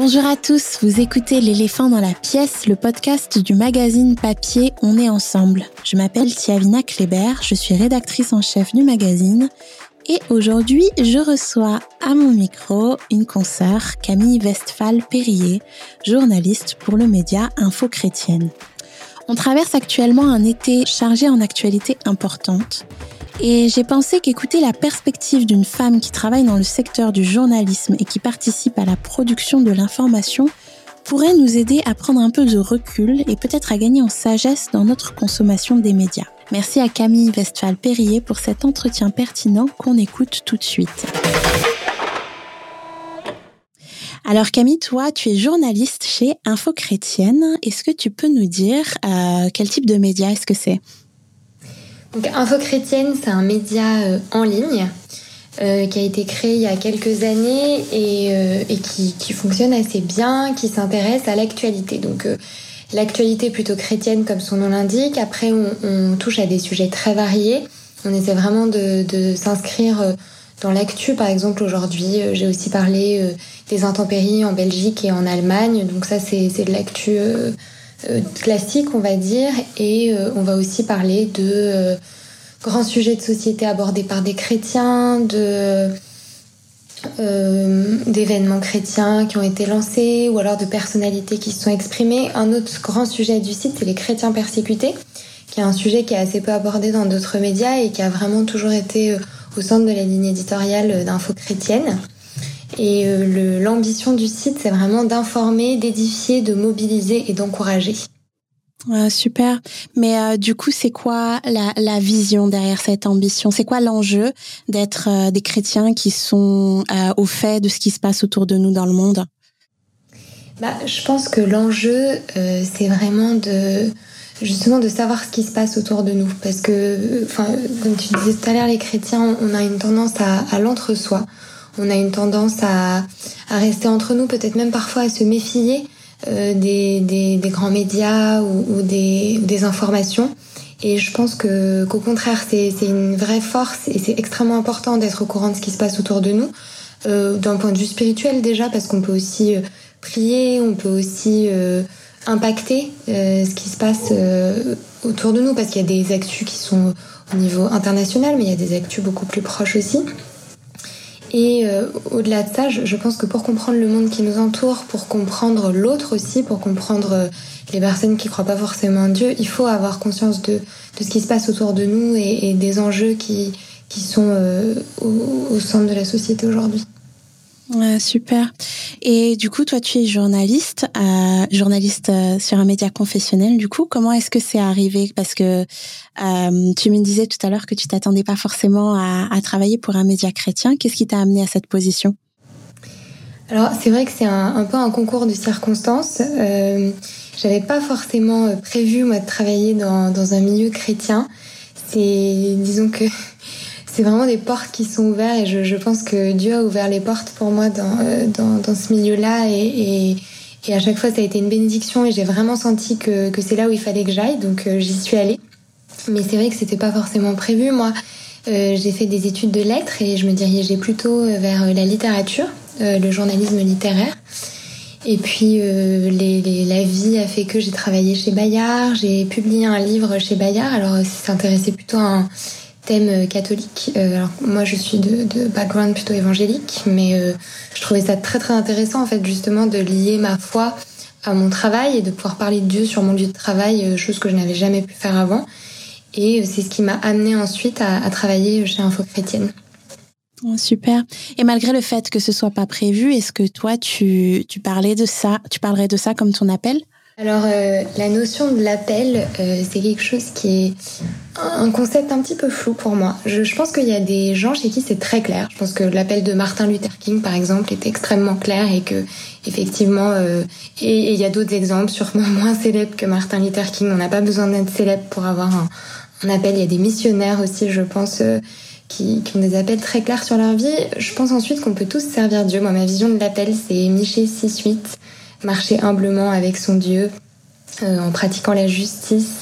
Bonjour à tous, vous écoutez L'éléphant dans la pièce, le podcast du magazine papier On est ensemble. Je m'appelle Tiavina Kléber, je suis rédactrice en chef du magazine et aujourd'hui je reçois à mon micro une consoeur, Camille Westphal-Périer, journaliste pour le média Info Chrétienne. On traverse actuellement un été chargé en actualités importantes. Et j'ai pensé qu'écouter la perspective d'une femme qui travaille dans le secteur du journalisme et qui participe à la production de l'information pourrait nous aider à prendre un peu de recul et peut-être à gagner en sagesse dans notre consommation des médias. Merci à Camille Westphal-Périer pour cet entretien pertinent qu'on écoute tout de suite. Alors Camille, toi, tu es journaliste chez Info Chrétienne. Est-ce que tu peux nous dire quel type de média est-ce que c'est ? Donc, Info Chrétienne, c'est un média en ligne qui a été créé il y a quelques années et qui fonctionne assez bien, qui s'intéresse à l'actualité. Donc, l'actualité plutôt chrétienne, comme son nom l'indique. Après, on touche à des sujets très variés. On essaie vraiment de s'inscrire dans l'actu. Par exemple, aujourd'hui, j'ai aussi parlé des intempéries en Belgique et en Allemagne. Donc ça, c'est de l'actu classique, on va dire, et on va aussi parler de grands sujets de société abordés par des chrétiens, d'événements chrétiens qui ont été lancés, ou alors de personnalités qui se sont exprimées. Un autre grand sujet du site, c'est les chrétiens persécutés, qui est un sujet qui est assez peu abordé dans d'autres médias et qui a vraiment toujours été au centre de la ligne éditoriale d'Info Chrétienne. Et l'ambition du site, c'est vraiment d'informer, d'édifier, de mobiliser et d'encourager. Super. Mais du coup, c'est quoi la vision derrière cette ambition ? C'est quoi l'enjeu d'être des chrétiens qui sont au fait de ce qui se passe autour de nous dans le monde ? Je pense que l'enjeu, c'est vraiment de savoir ce qui se passe autour de nous. Parce que, comme tu disais tout à l'heure, les chrétiens, on a une tendance à l'entre-soi. On a une tendance à rester entre nous, peut-être même parfois à se méfier des grands médias ou des informations. Et je pense qu'au contraire, c'est une vraie force et c'est extrêmement important d'être au courant de ce qui se passe autour de nous. D'un point de vue spirituel déjà, parce qu'on peut aussi prier, on peut aussi impacter ce qui se passe autour de nous, parce qu'il y a des actus qui sont au niveau international, mais il y a des actus beaucoup plus proches aussi. Et au-delà de ça, je pense que pour comprendre le monde qui nous entoure, pour comprendre l'autre aussi, pour comprendre les personnes qui croient pas forcément en Dieu, il faut avoir conscience de ce qui se passe autour de nous et des enjeux qui sont au centre de la société aujourd'hui. Super. Et du coup, toi, tu es journaliste sur un média confessionnel. Du coup, comment est-ce que c'est arrivé ? Parce que tu me disais tout à l'heure que tu t'attendais pas forcément à travailler pour un média chrétien. Qu'est-ce qui t'a amené à cette position ? Alors, c'est vrai que c'est un peu un concours de circonstances. J'avais pas forcément prévu, moi, de travailler dans un milieu chrétien. Disons que c'est vraiment des portes qui sont ouvertes et je pense que Dieu a ouvert les portes pour moi dans ce milieu-là et à chaque fois ça a été une bénédiction et j'ai vraiment senti que c'est là où il fallait que j'aille, donc j'y suis allée. Mais c'est vrai que c'était pas forcément prévu. Moi, j'ai fait des études de lettres et je me dirigeais plutôt vers la littérature, le journalisme littéraire. Et puis la vie a fait que j'ai travaillé chez Bayard, j'ai publié un livre chez Bayard. Alors ça s'intéressait plutôt à un thème catholique. Alors moi je suis de background plutôt évangélique, mais je trouvais ça très très intéressant en fait justement de lier ma foi à mon travail et de pouvoir parler de Dieu sur mon lieu de travail, chose que je n'avais jamais pu faire avant. Et c'est ce qui m'a amenée ensuite à travailler chez Info Chrétienne. Oh, super. Et malgré le fait que ce soit pas prévu, est-ce que toi tu parlerais de ça comme ton appel ? Alors la notion de l'appel, c'est quelque chose qui est un concept un petit peu flou pour moi. Je pense qu'il y a des gens chez qui c'est très clair. Je pense que l'appel de Martin Luther King, par exemple, était extrêmement clair et que effectivement, et il y a d'autres exemples sûrement moins célèbres que Martin Luther King. On n'a pas besoin d'être célèbre pour avoir un appel. Il y a des missionnaires aussi, je pense, qui ont des appels très clairs sur leur vie. Je pense ensuite qu'on peut tous servir Dieu. Moi, ma vision de l'appel, c'est Michée 6:8. Marcher humblement avec son Dieu, en pratiquant la justice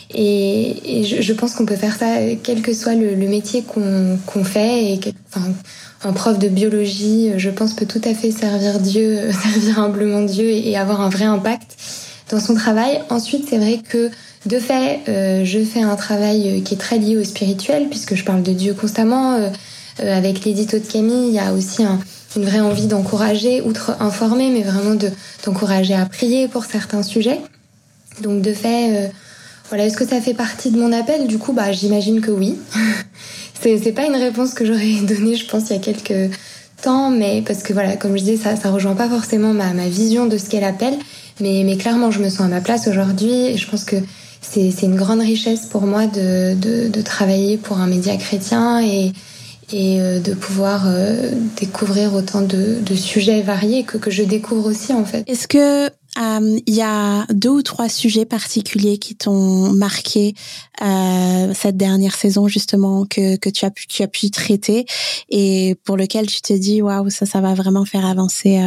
Et je pense qu'on peut faire ça quel que soit le métier qu'on fait. Un prof de biologie, je pense, peut tout à fait servir Dieu, servir humblement Dieu et avoir un vrai impact dans son travail. Ensuite, c'est vrai que de fait, je fais un travail qui est très lié au spirituel, puisque je parle de Dieu constamment. Avec l'édito de Camille, il y a aussi une vraie envie d'encourager, outre informer, mais vraiment d'encourager à prier pour certains sujets. Donc de fait, voilà, est-ce que ça fait partie de mon appel ? Du coup, j'imagine que oui. C'est pas une réponse que j'aurais donnée, je pense, il y a quelques temps, mais parce que voilà, comme je disais, ça rejoint pas forcément ma vision de ce qu'est l'appel, mais clairement, je me sens à ma place aujourd'hui et je pense que c'est une grande richesse pour moi de travailler pour un média chrétien et de pouvoir découvrir autant de sujets variés que je découvre aussi en fait. Est-ce que il y a 2 ou 3 sujets particuliers qui t'ont marqué cette dernière saison justement que tu as pu traiter et pour lequel tu te dis waouh, ça va vraiment faire avancer,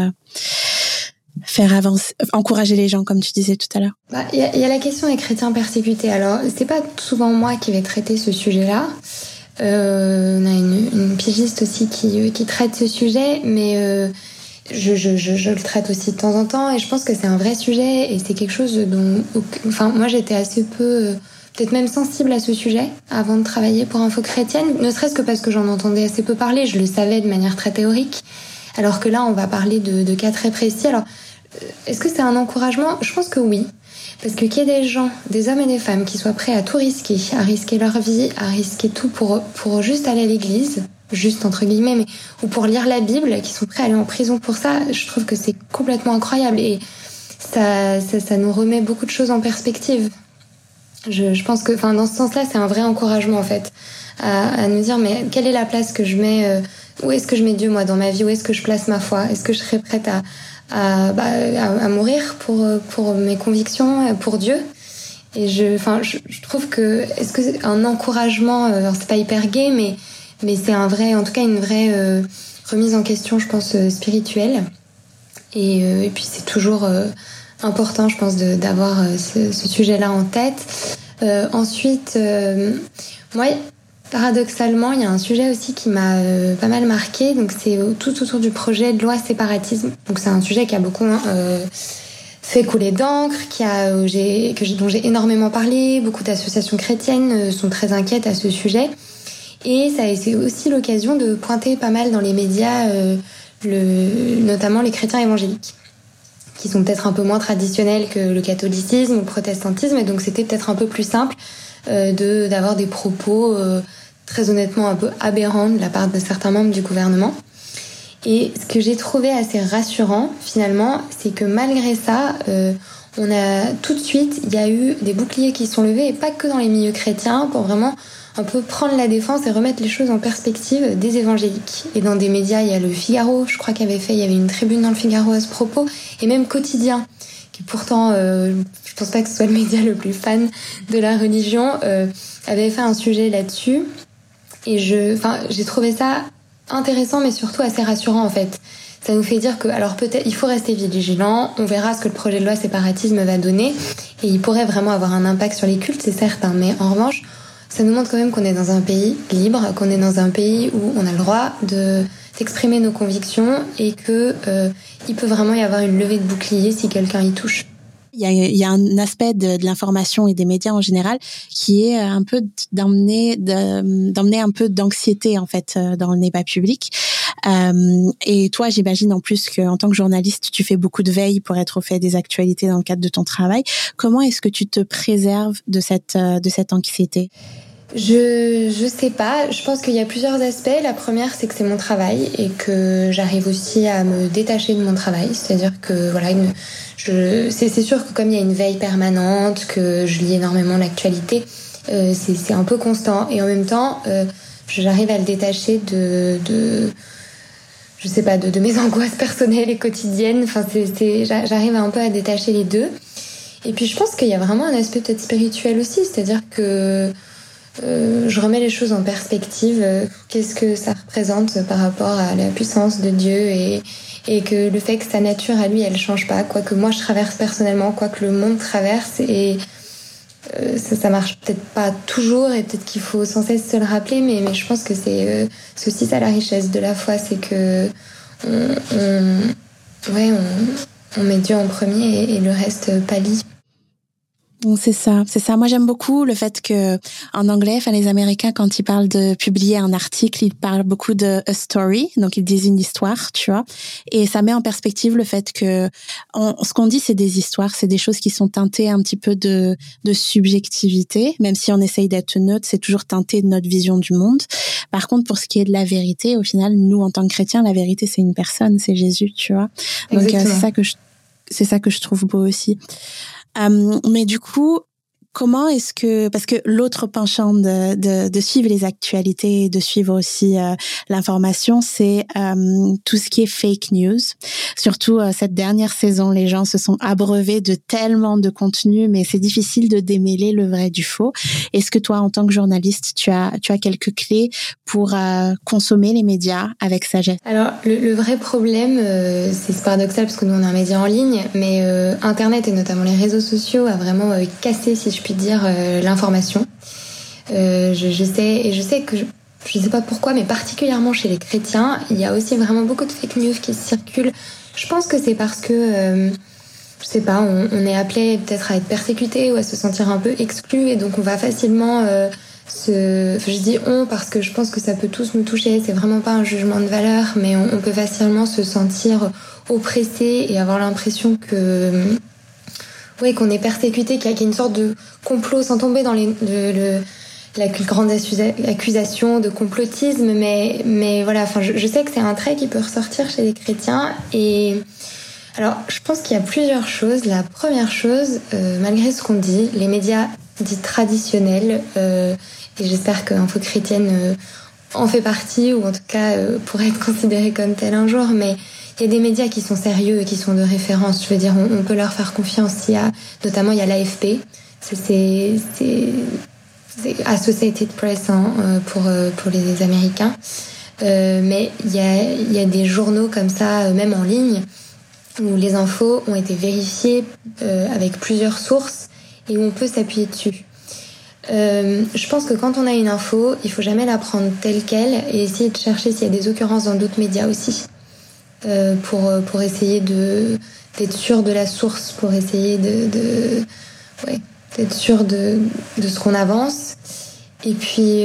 encourager les gens comme tu disais tout à l'heure. Il y a la question des chrétiens persécutés. Alors c'est pas souvent moi qui vais traiter ce sujet-là. On a une pigiste aussi qui traite ce sujet, mais je le traite aussi de temps en temps et je pense que c'est un vrai sujet et c'est quelque chose dont, moi j'étais assez peu, peut-être même sensible à ce sujet avant de travailler pour Info Chrétienne, ne serait-ce que parce que j'en entendais assez peu parler, je le savais de manière très théorique, alors que là on va parler de cas très précis. Alors est-ce que c'est un encouragement ? Je pense que oui. Parce que qu'il y ait des gens, des hommes et des femmes qui soient prêts à tout risquer, à risquer leur vie, à risquer tout pour juste aller à l'église, juste entre guillemets, ou pour lire la Bible, qui sont prêts à aller en prison pour ça, je trouve que c'est complètement incroyable et ça nous remet beaucoup de choses en perspective. Je pense que, dans ce sens-là, c'est un vrai encouragement en fait, à nous dire mais quelle est la place que je mets, où est-ce que je mets Dieu moi dans ma vie, où est-ce que je place ma foi, est-ce que je serais prête à mourir pour mes convictions, pour Dieu. Et je trouve que est-ce que c'est un encouragement, alors c'est pas hyper gay, mais c'est un vrai, en tout cas une vraie remise en question, je pense, spirituelle. Et puis c'est toujours important, je pense, d'avoir ce sujet-là en tête. Ensuite, moi, paradoxalement, il y a un sujet aussi qui m'a pas mal marqué. Donc c'est tout autour du projet de loi séparatisme. Donc c'est un sujet qui a beaucoup fait couler d'encre, dont j'ai énormément parlé. Beaucoup d'associations chrétiennes sont très inquiètes à ce sujet. Et ça a été aussi l'occasion de pointer pas mal dans les médias, notamment les chrétiens évangéliques, qui sont peut-être un peu moins traditionnels que le catholicisme ou le protestantisme. Et donc c'était peut-être un peu plus simple d'avoir des propos très honnêtement un peu aberrants de la part de certains membres du gouvernement. Et ce que j'ai trouvé assez rassurant finalement, c'est que malgré ça, on a tout de suite, il y a eu des boucliers qui sont levés, et pas que dans les milieux chrétiens, pour vraiment un peu prendre la défense et remettre les choses en perspective des évangéliques. Et dans des médias, il y a le Figaro, je crois il y avait une tribune dans le Figaro à ce propos, et même Quotidien, qui pourtant, je pense pas que ce soit le média le plus fan de la religion, avait fait un sujet là-dessus. Et j'ai trouvé ça intéressant, mais surtout assez rassurant en fait. Ça nous fait dire que, alors peut-être, il faut rester vigilant, on verra ce que le projet de loi séparatisme va donner, et il pourrait vraiment avoir un impact sur les cultes, c'est certain, mais en revanche, ça nous montre quand même qu'on est dans un pays libre, qu'on est dans un pays où on a le droit d'exprimer nos convictions, et que il peut vraiment y avoir une levée de bouclier si quelqu'un y touche. Il y a un aspect de l'information et des médias en général qui est un peu d'emmener un peu d'anxiété en fait dans le débat public. Et toi, j'imagine en plus qu'en tant que journaliste, tu fais beaucoup de veille pour être au fait des actualités dans le cadre de ton travail. Comment est-ce que tu te préserves de cette anxiété ? Je sais pas, je pense qu'il y a plusieurs aspects. La première, c'est que c'est mon travail et que j'arrive aussi à me détacher de mon travail, c'est-à-dire que voilà, c'est sûr que comme il y a une veille permanente, que je lis énormément l'actualité, c'est un peu constant, et en même temps j'arrive à le détacher je sais pas, de mes angoisses personnelles et quotidiennes. J'arrive un peu à détacher les deux. Et puis je pense qu'il y a vraiment un aspect peut-être spirituel aussi, c'est-à-dire que je remets les choses en perspective. Qu'est-ce que ça représente par rapport à la puissance de Dieu, et que le fait que sa nature à lui elle change pas, quoi que moi je traverse personnellement, quoi que le monde traverse, et ça marche peut-être pas toujours et peut-être qu'il faut sans cesse se le rappeler, mais je pense que c'est aussi ça la richesse de la foi, c'est que on met Dieu en premier et le reste pâlit. C'est ça. Moi, j'aime beaucoup le fait que, en anglais, les Américains, quand ils parlent de publier un article, ils parlent beaucoup de a story. Donc, ils disent une histoire, tu vois. Et ça met en perspective le fait que, ce qu'on dit, c'est des histoires, c'est des choses qui sont teintées un petit peu de subjectivité. Même si on essaye d'être neutre, c'est toujours teinté de notre vision du monde. Par contre, pour ce qui est de la vérité, au final, nous, en tant que chrétiens, la vérité, c'est une personne, c'est Jésus, tu vois. Donc, c'est ça que je trouve beau aussi. Mais du coup, comment est-ce que, parce que l'autre penchant de suivre les actualités et de suivre aussi l'information, c'est tout ce qui est fake news. Surtout cette dernière saison, les gens se sont abreuvés de tellement de contenu, mais c'est difficile de démêler le vrai du faux. Est-ce que toi, en tant que journaliste, tu as quelques clés pour consommer les médias avec sagesse? Alors, le vrai problème, c'est paradoxal parce que nous, on a un média en ligne, mais Internet et notamment les réseaux sociaux a vraiment cassé, si je puis dire, l'information. Je sais que, je sais pas pourquoi, mais particulièrement chez les chrétiens, il y a aussi vraiment beaucoup de fake news qui circulent. Je pense que c'est parce que, je sais pas, on est appelé peut-être à être persécuté ou à se sentir un peu exclu, et donc on va facilement... je dis on parce que je pense que ça peut tous nous toucher, c'est vraiment pas un jugement de valeur, mais on peut facilement se sentir oppressé et avoir l'impression que qu'on est persécuté, qu'il y a une sorte de complot, sans tomber dans la grande accusation de complotisme, mais voilà, je sais que c'est un trait qui peut ressortir chez les chrétiens. Et alors je pense qu'il y a plusieurs choses. La première chose, malgré ce qu'on dit, les médias dits traditionnels, et j'espère que Info Chrétienne en fait partie, ou en tout cas pourrait être considérée comme tel un jour, mais il y a des médias qui sont sérieux et qui sont de référence. Je veux dire, on peut leur faire confiance. Notamment, il y a l'AFP, c'est Associated Press pour les Américains, mais il y a des journaux comme ça, même en ligne, où les infos ont été vérifiées avec plusieurs sources et où on peut s'appuyer dessus. Je pense que quand on a une info, il faut jamais la prendre telle qu'elle et essayer de chercher s'il y a des occurrences dans d'autres médias aussi, pour essayer d'être sûr de la source, pour essayer d'être sûr de ce qu'on avance. Et puis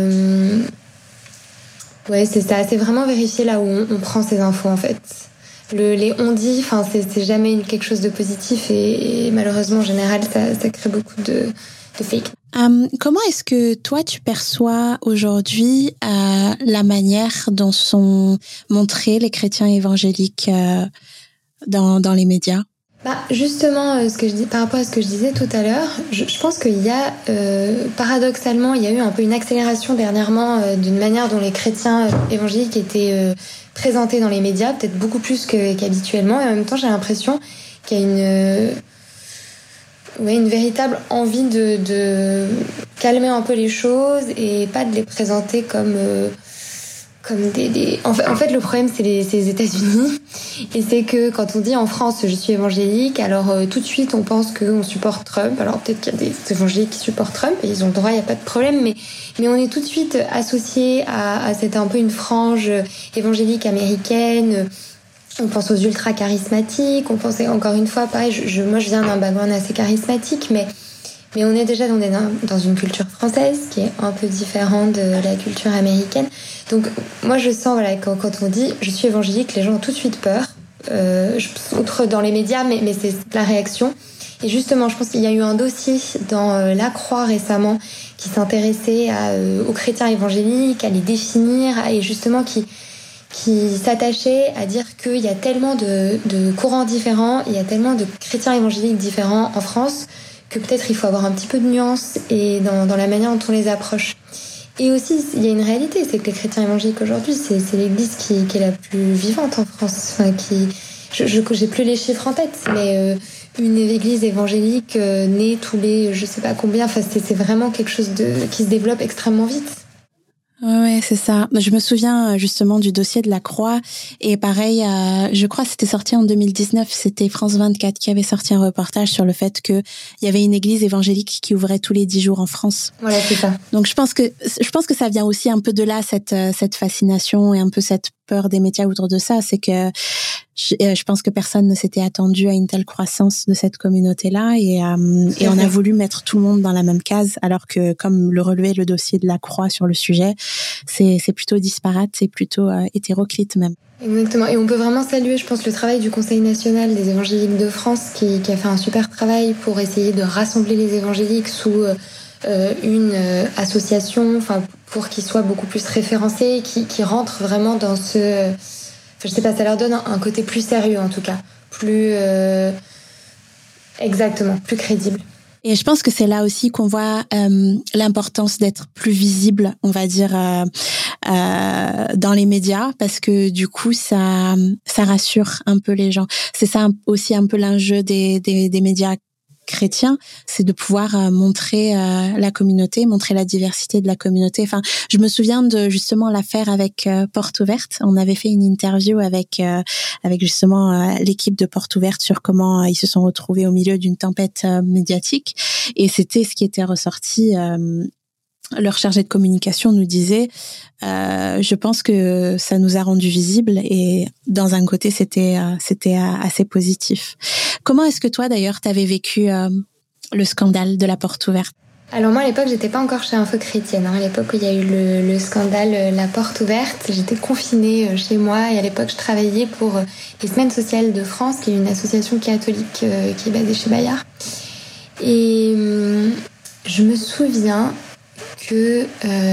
c'est ça, c'est vraiment vérifier là où on prend ces infos en fait. Les on-dit, c'est jamais quelque chose de positif et malheureusement en général ça crée beaucoup de fake. Comment est-ce que toi tu perçois aujourd'hui la manière dont sont montrés les chrétiens évangéliques dans les médias? Justement, ce que je dis par rapport à ce que je disais tout à l'heure, je pense qu'il y a paradoxalement, il y a eu un peu une accélération dernièrement d'une manière dont les chrétiens évangéliques étaient présentés dans les médias, peut-être beaucoup plus qu'habituellement, et en même temps j'ai l'impression qu'il y a une véritable envie de calmer un peu les choses et pas de les présenter comme des... En fait, le problème, c'est les États-Unis. Et c'est que quand on dit en France, je suis évangélique, alors tout de suite, on pense qu'on supporte Trump. Alors peut-être qu'il y a des évangéliques qui supportent Trump et ils ont le droit, il n'y a pas de problème. Mais on est tout de suite associé à cette un peu une frange évangélique américaine. On pense aux ultra charismatiques. On pense, encore une fois, pareil, moi je viens d'un background assez charismatique, mais on est déjà dans une culture française qui est un peu différente de la culture américaine. Donc moi je sens quand on dit je suis évangélique, les gens ont tout de suite peur, outre dans les médias, mais c'est la réaction. Et justement, je pense qu'il y a eu un dossier dans La Croix récemment qui s'intéressait aux chrétiens évangéliques, à les définir, et justement qui s'attachait à dire qu'il y a tellement de courants différents, il y a tellement de chrétiens évangéliques différents en France, que peut-être il faut avoir un petit peu de nuance et dans la manière dont on les approche. Et aussi, il y a une réalité, c'est que les chrétiens évangéliques aujourd'hui, c'est l'église qui est la plus vivante en France. J'ai plus les chiffres en tête, mais une église évangélique née tous les je sais pas combien, c'est vraiment quelque chose qui se développe extrêmement vite. Ouais, Ouais, c'est ça. Je me souviens justement du dossier de la Croix et pareil, je crois que c'était sorti en 2019, c'était France 24 qui avait sorti un reportage sur le fait que il y avait une église évangélique qui ouvrait tous les 10 jours en France. Voilà, c'est ça. Donc je pense que ça vient aussi un peu de là, cette fascination et un peu cette peur des médias autour de ça, c'est que je pense que personne ne s'était attendu à une telle croissance de cette communauté-là et on a voulu mettre tout le monde dans la même case, alors que comme le relevait le dossier de la Croix sur le sujet, c'est plutôt disparate, c'est plutôt hétéroclite même. Exactement. Et on peut vraiment saluer, je pense, le travail du Conseil national des évangéliques de France qui a fait un super travail pour essayer de rassembler les évangéliques sous une association, enfin, pour qu'ils soient beaucoup plus référencés, qui rentrent vraiment dans ce... je sais pas, ça leur donne un côté plus sérieux en tout cas, plus... exactement, plus crédible. Et je pense que c'est là aussi qu'on voit l'importance d'être plus visible, on va dire, dans les médias, parce que du coup, ça rassure un peu les gens. C'est ça aussi un peu l'enjeu des médias chrétiens, c'est de pouvoir montrer la communauté, montrer la diversité de la communauté. Enfin, je me souviens de justement l'affaire avec Porte Ouverte. On avait fait une interview avec justement l'équipe de Porte Ouverte sur comment ils se sont retrouvés au milieu d'une tempête médiatique. Et c'était ce qui était ressorti. Leur chargé de communication nous disait je pense que ça nous a rendu visibles et dans un côté c'était assez positif. Comment est-ce que toi d'ailleurs t'avais vécu le scandale de la Porte Ouverte? Alors moi à l'époque j'étais pas encore chez Info Chrétienne, à l'époque où il y a eu le scandale La Porte Ouverte, j'étais confinée chez moi et à l'époque je travaillais pour les Semaines Sociales de France, qui est une association catholique qui est basée chez Bayard. Et je me souviens que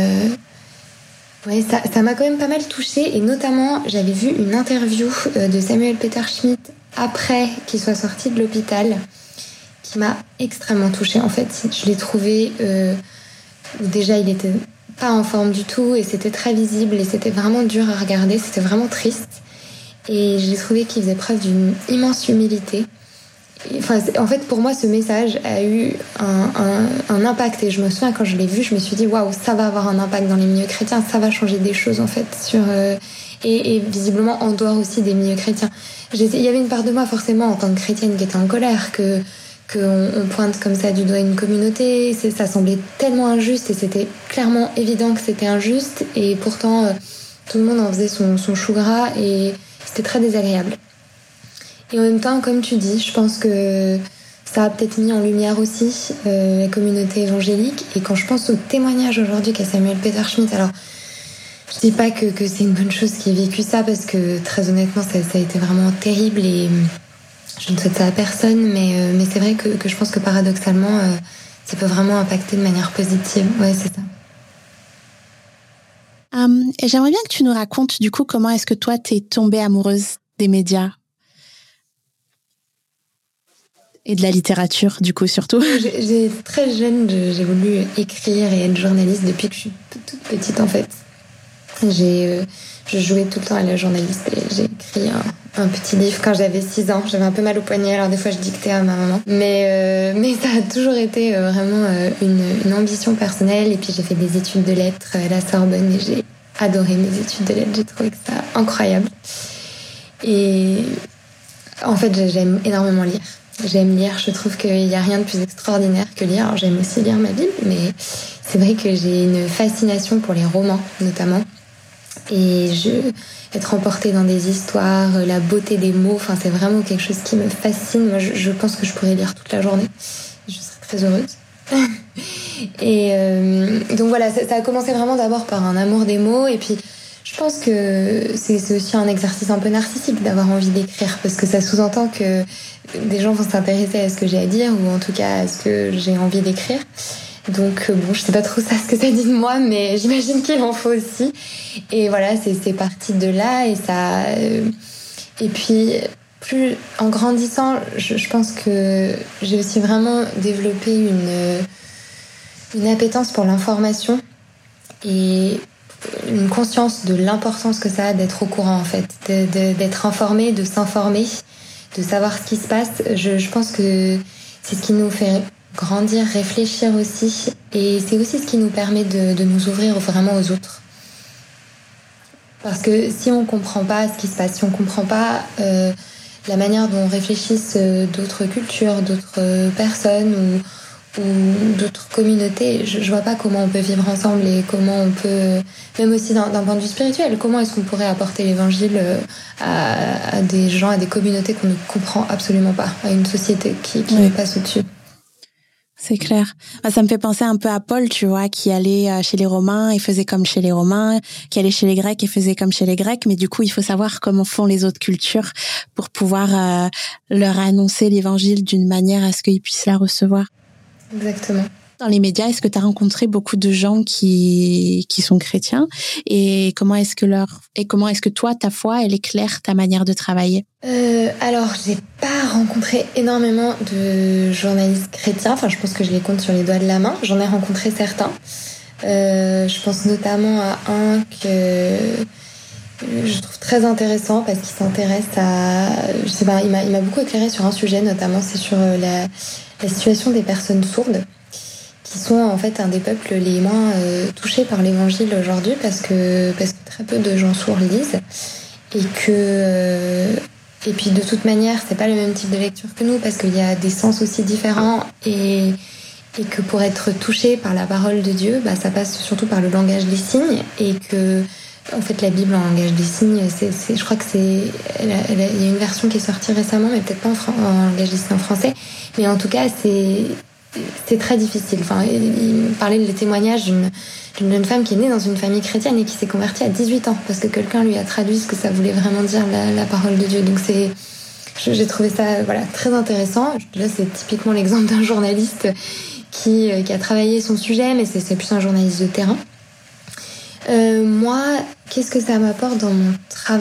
ça m'a quand même pas mal touchée, et notamment j'avais vu une interview de Samuel Peter Schmidt après qu'il soit sorti de l'hôpital qui m'a extrêmement touchée. En fait, je l'ai trouvé déjà il était pas en forme du tout et c'était très visible et c'était vraiment dur à regarder, c'était vraiment triste, et j'ai trouvé qu'il faisait preuve d'une immense humilité. Enfin, en fait, pour moi, ce message a eu un impact, et je me souviens quand je l'ai vu, je me suis dit waouh, ça va avoir un impact dans les milieux chrétiens, ça va changer des choses en fait et visiblement en dehors aussi des milieux chrétiens. Il y avait une part de moi forcément en tant que chrétienne qui était en colère qu'on pointe comme ça du doigt une communauté. Ça semblait tellement injuste et c'était clairement évident que c'était injuste, et pourtant tout le monde en faisait son chou gras et c'était très désagréable. Et en même temps, comme tu dis, je pense que ça a peut-être mis en lumière aussi la communauté évangélique. Et quand je pense au témoignage aujourd'hui qu'a Samuel Peter Schmidt, alors je dis pas que c'est une bonne chose qu'il ait vécu ça, parce que très honnêtement ça a été vraiment terrible et je ne souhaite ça à personne, mais c'est vrai que je pense que paradoxalement ça peut vraiment impacter de manière positive. Ouais, c'est ça. Et j'aimerais bien que tu nous racontes du coup comment est-ce que toi t'es tombée amoureuse des médias et de la littérature, du coup, surtout. J'ai très jeune, j'ai voulu écrire et être journaliste depuis que je suis toute petite, en fait. Je jouais tout le temps à la journaliste et j'ai écrit un petit livre quand j'avais 6 ans. J'avais un peu mal au poignet, alors des fois je dictais à ma maman. Mais ça a toujours été vraiment une ambition personnelle. Et puis j'ai fait des études de lettres à la Sorbonne et j'ai adoré mes études de lettres. J'ai trouvé que ça incroyable. Et en fait, j'aime énormément lire. J'aime lire, je trouve qu'il n'y a rien de plus extraordinaire que lire. Alors j'aime aussi lire ma Bible, mais c'est vrai que j'ai une fascination pour les romans, notamment. Et être emportée dans des histoires, la beauté des mots, enfin c'est vraiment quelque chose qui me fascine. Moi, je pense que je pourrais lire toute la journée. Je serais très heureuse. Et donc voilà, ça a commencé vraiment d'abord par un amour des mots, et puis je pense que c'est aussi un exercice un peu narcissique d'avoir envie d'écrire, parce que ça sous-entend que des gens vont s'intéresser à ce que j'ai à dire, ou en tout cas à ce que j'ai envie d'écrire. Donc bon, je sais pas trop ça ce que ça dit de moi, mais j'imagine qu'il en faut aussi. Et voilà, c'est parti de là, et ça. Et puis plus en grandissant, je pense que j'ai aussi vraiment développé une appétence pour l'information et une conscience de l'importance que ça a d'être au courant, en fait, d'être informé, de s'informer, de savoir ce qui se passe. Je pense que c'est ce qui nous fait grandir, réfléchir aussi, et c'est aussi ce qui nous permet de nous ouvrir vraiment aux autres. Parce que si on comprend pas ce qui se passe, si on comprend pas la manière dont réfléchissent d'autres cultures, d'autres personnes ou d'autres communautés, je vois pas comment on peut vivre ensemble et comment on peut, même aussi d'un point de vue spirituel, comment est-ce qu'on pourrait apporter l'évangile à des gens, à des communautés qu'on ne comprend absolument pas, à une société qui nous passe au-dessus. C'est clair. Ça me fait penser un peu à Paul, tu vois, qui allait chez les Romains et faisait comme chez les Romains, qui allait chez les Grecs et faisait comme chez les Grecs. Mais du coup, il faut savoir comment font les autres cultures pour pouvoir leur annoncer l'évangile d'une manière à ce qu'ils puissent la recevoir. Exactement. Dans les médias, est-ce que tu as rencontré beaucoup de gens qui sont chrétiens et comment est-ce que toi, ta foi, elle éclaire ta manière de travailler? Alors, j'ai pas rencontré énormément de journalistes chrétiens. Enfin, je pense que je les compte sur les doigts de la main. J'en ai rencontré certains. Je pense notamment à un que je trouve très intéressant parce qu'il s'intéresse à... Je sais pas, il m'a beaucoup éclairé sur un sujet, notamment c'est sur la situation des personnes sourdes, qui sont en fait un des peuples les moins touchés par l'évangile aujourd'hui parce que très peu de gens sourds lisent et puis de toute manière c'est pas le même type de lecture que nous parce qu'il y a des sens aussi différents et que pour être touché par la parole de Dieu, ça passe surtout par le langage des signes et que en fait la Bible en langage des signes, je crois que il y a une version qui est sortie récemment, mais peut-être pas en langage des signes en français, mais en tout cas c'est très difficile. Enfin, il parlait des témoignages d'une jeune femme qui est née dans une famille chrétienne et qui s'est convertie à 18 ans parce que quelqu'un lui a traduit ce que ça voulait vraiment dire la parole de Dieu. Donc j'ai trouvé ça très intéressant. Là, c'est typiquement l'exemple d'un journaliste qui a travaillé son sujet, mais c'est plus un journaliste de terrain. Moi, qu'est-ce que ça m'apporte dans mon travail ?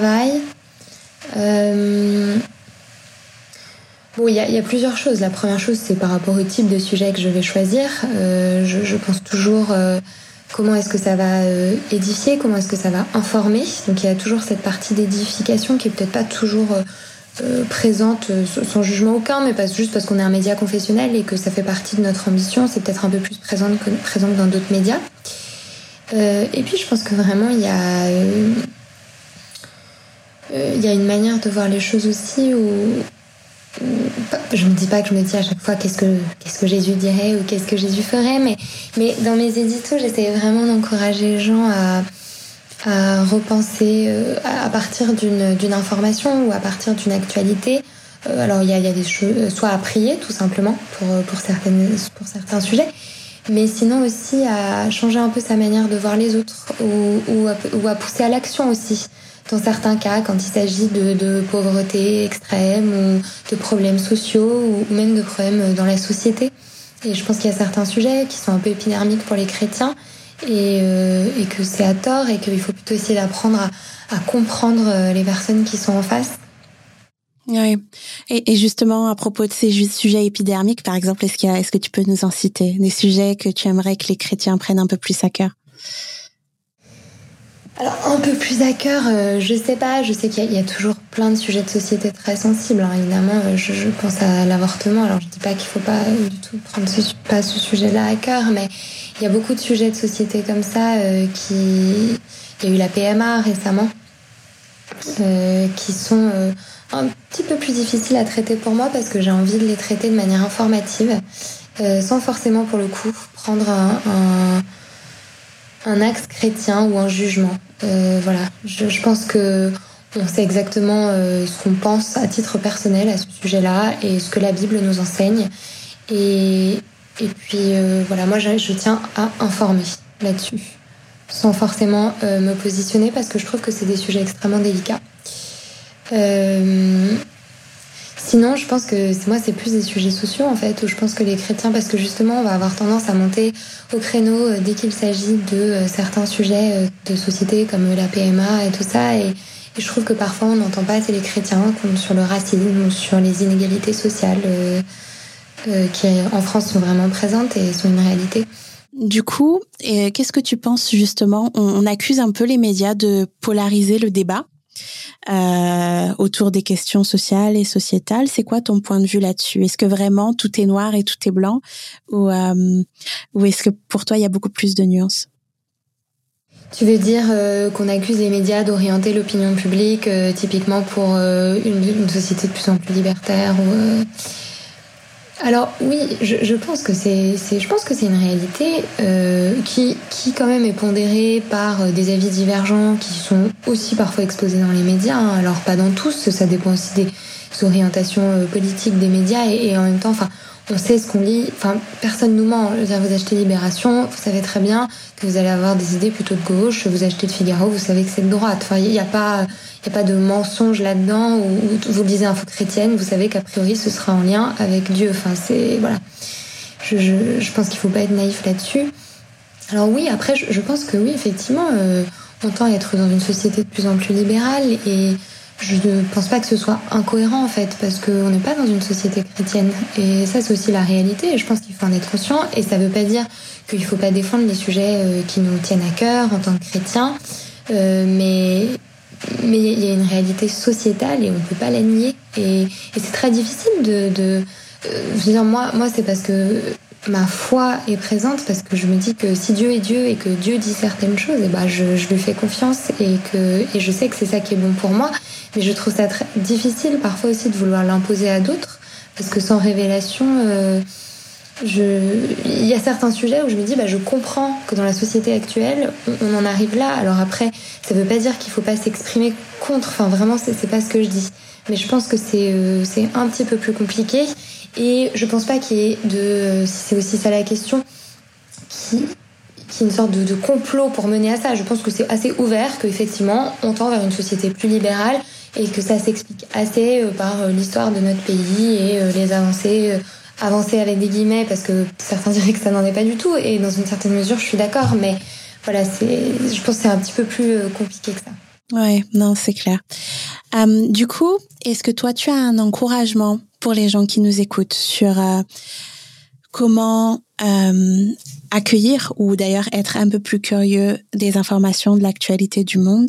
Bon, il y a plusieurs choses. La première chose, c'est par rapport au type de sujet que je vais choisir. Je pense toujours comment est-ce que ça va édifier, comment est-ce que ça va informer. Donc il y a toujours cette partie d'édification qui est peut-être pas toujours présente sans jugement aucun, mais juste parce qu'on est un média confessionnel et que ça fait partie de notre ambition. C'est peut-être un peu plus présente dans d'autres médias. Et puis je pense que vraiment il y a une manière de voir les choses aussi où je me dis pas que je me dis à chaque fois qu'est-ce que Jésus dirait ou qu'est-ce que Jésus ferait, mais dans mes éditos j'essaie vraiment d'encourager les gens à repenser à partir d'une information ou à partir d'une actualité. Alors il y a des choses, soit à prier tout simplement pour certains sujets, mais sinon aussi à changer un peu sa manière de voir les autres ou à pousser à l'action aussi. Dans certains cas, quand il s'agit de pauvreté extrême ou de problèmes sociaux ou même de problèmes dans la société. Et je pense qu'il y a certains sujets qui sont un peu épidermiques pour les chrétiens et que c'est à tort et qu'il faut plutôt essayer d'apprendre à comprendre les personnes qui sont en face. Oui. Et justement, à propos de ces sujets épidermiques, par exemple, est-ce que tu peux nous en citer des sujets que tu aimerais que les chrétiens prennent un peu plus à cœur? Alors, un peu plus à cœur, je sais pas. Je sais qu'il y a toujours plein de sujets de société très sensibles. Hein. Évidemment, je pense à l'avortement. Alors, je dis pas qu'il faut pas du tout prendre ce sujet-là à cœur, mais il y a beaucoup de sujets de société comme ça il y a eu la PMA récemment, qui sont un petit peu plus difficiles à traiter pour moi parce que j'ai envie de les traiter de manière informative, sans forcément pour le coup prendre un axe chrétien ou un jugement. Je pense que on sait exactement ce qu'on pense à titre personnel à ce sujet-là et ce que la Bible nous enseigne. Et puis moi je tiens à informer là-dessus, sans forcément me positionner parce que je trouve que c'est des sujets extrêmement délicats. Sinon, je pense que c'est plus des sujets sociaux en fait, où je pense que les chrétiens, parce que justement on va avoir tendance à monter au créneau dès qu'il s'agit de certains sujets de société comme la PMA et tout ça, et je trouve que parfois on n'entend pas assez les chrétiens sur le racisme ou sur les inégalités sociales qui en France sont vraiment présentes et sont une réalité. Du coup, qu'est-ce que tu penses justement, on accuse un peu les médias de polariser le débat autour des questions sociales et sociétales. C'est quoi ton point de vue là-dessus? Est-ce que vraiment tout est noir et tout est blanc ou est-ce que pour toi il y a beaucoup plus de nuances? Tu veux dire qu'on accuse les médias d'orienter l'opinion publique, typiquement pour une société de plus en plus libertaire ou Alors oui, je pense que je pense que c'est une réalité qui quand même est pondérée par des avis divergents qui sont aussi parfois exposés dans les médias. Hein. Alors pas dans tous, ça dépend aussi des orientations politiques des médias et en même temps, enfin, on sait ce qu'on lit. Enfin, personne nous ment. Je veux dire, vous achetez Libération, vous savez très bien que vous allez avoir des idées plutôt de gauche. Vous achetez Le Figaro, vous savez que c'est de droite. Enfin, il n'y a pas de mensonge là-dedans. Ou vous lisez Info Chrétienne, vous savez qu'a priori ce sera en lien avec Dieu. Enfin, c'est voilà. Je pense qu'il faut pas être naïf là-dessus. Alors oui, après, je pense que oui, effectivement, on tend à être dans une société de plus en plus libérale et je ne pense pas que ce soit incohérent en fait, parce qu'on n'est pas dans une société chrétienne. Et ça, c'est aussi la réalité, et je pense qu'il faut en être conscient. Et ça ne veut pas dire qu'il ne faut pas défendre les sujets qui nous tiennent à cœur en tant que chrétiens, mais il y a une réalité sociétale et on ne peut pas la nier. Et c'est très difficile je veux dire, moi, c'est parce que ma foi est présente, parce que je me dis que si Dieu est Dieu et que Dieu dit certaines choses, et ben je lui fais confiance et je sais que c'est ça qui est bon pour moi. Mais je trouve ça très difficile parfois aussi de vouloir l'imposer à d'autres, parce que sans révélation, il y a certains sujets où je me dis, je comprends que dans la société actuelle, on en arrive là. Alors après, ça veut pas dire qu'il faut pas s'exprimer contre. Enfin, vraiment, c'est pas ce que je dis. Mais je pense que c'est un petit peu plus compliqué. Et je pense pas qu'il y ait si c'est aussi ça la question, qui est une sorte de complot pour mener à ça. Je pense que c'est assez ouvert, qu'effectivement, on tend vers une société plus libérale et que ça s'explique assez par l'histoire de notre pays et les avancées avec des guillemets, parce que certains diraient que ça n'en est pas du tout, et dans une certaine mesure, je suis d'accord, mais voilà, je pense que c'est un petit peu plus compliqué que ça. Ouais, non, c'est clair. Du coup, est-ce que toi, tu as un encouragement pour les gens qui nous écoutent sur comment accueillir ou d'ailleurs être un peu plus curieux des informations de l'actualité du monde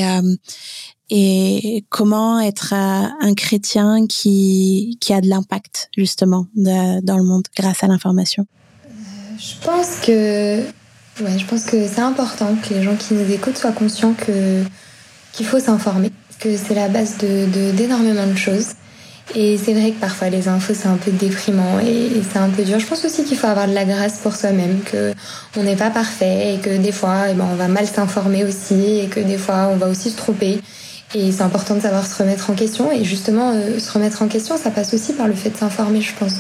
et comment être un chrétien qui a de l'impact justement dans le monde grâce à l'information? Je pense que c'est important que les gens qui nous écoutent soient conscients qu'il faut s'informer, que c'est la base d'énormément de choses. Et c'est vrai que parfois les infos c'est un peu déprimant et c'est un peu dur. Je pense aussi qu'il faut avoir de la grâce pour soi-même, que on n'est pas parfait et que des fois on va mal s'informer aussi et que des fois on va aussi se tromper. Et c'est important de savoir se remettre en question. Et justement, se remettre en question, ça passe aussi par le fait de s'informer, je pense,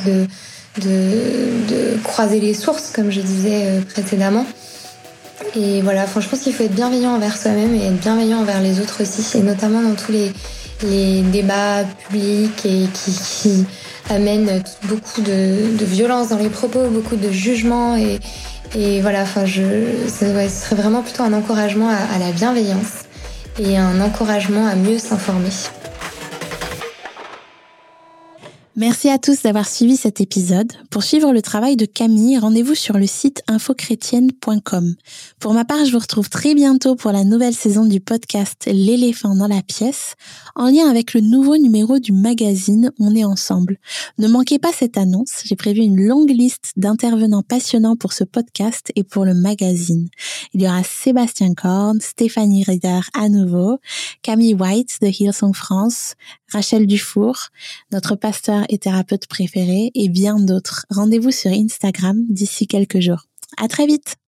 de croiser les sources, comme je disais précédemment. Et voilà, je pense qu'il faut être bienveillant envers soi-même et être bienveillant envers les autres aussi, et notamment dans tous les débats publics et qui amènent beaucoup de violence dans les propos, beaucoup de jugement et voilà, ce serait vraiment plutôt un encouragement à la bienveillance et un encouragement à mieux s'informer. Merci à tous d'avoir suivi cet épisode. Pour suivre le travail de Camille, rendez-vous sur le site infochrétienne.com. Pour ma part, je vous retrouve très bientôt pour la nouvelle saison du podcast L'éléphant dans la pièce, en lien avec le nouveau numéro du magazine On est ensemble. Ne manquez pas cette annonce, j'ai prévu une longue liste d'intervenants passionnants pour ce podcast et pour le magazine. Il y aura Sébastien Korn, Stéphanie Rieder à nouveau, Camille White de Hillsong France, Rachel Dufour, notre pasteur et thérapeute préféré et bien d'autres. Rendez-vous sur Instagram d'ici quelques jours. À très vite!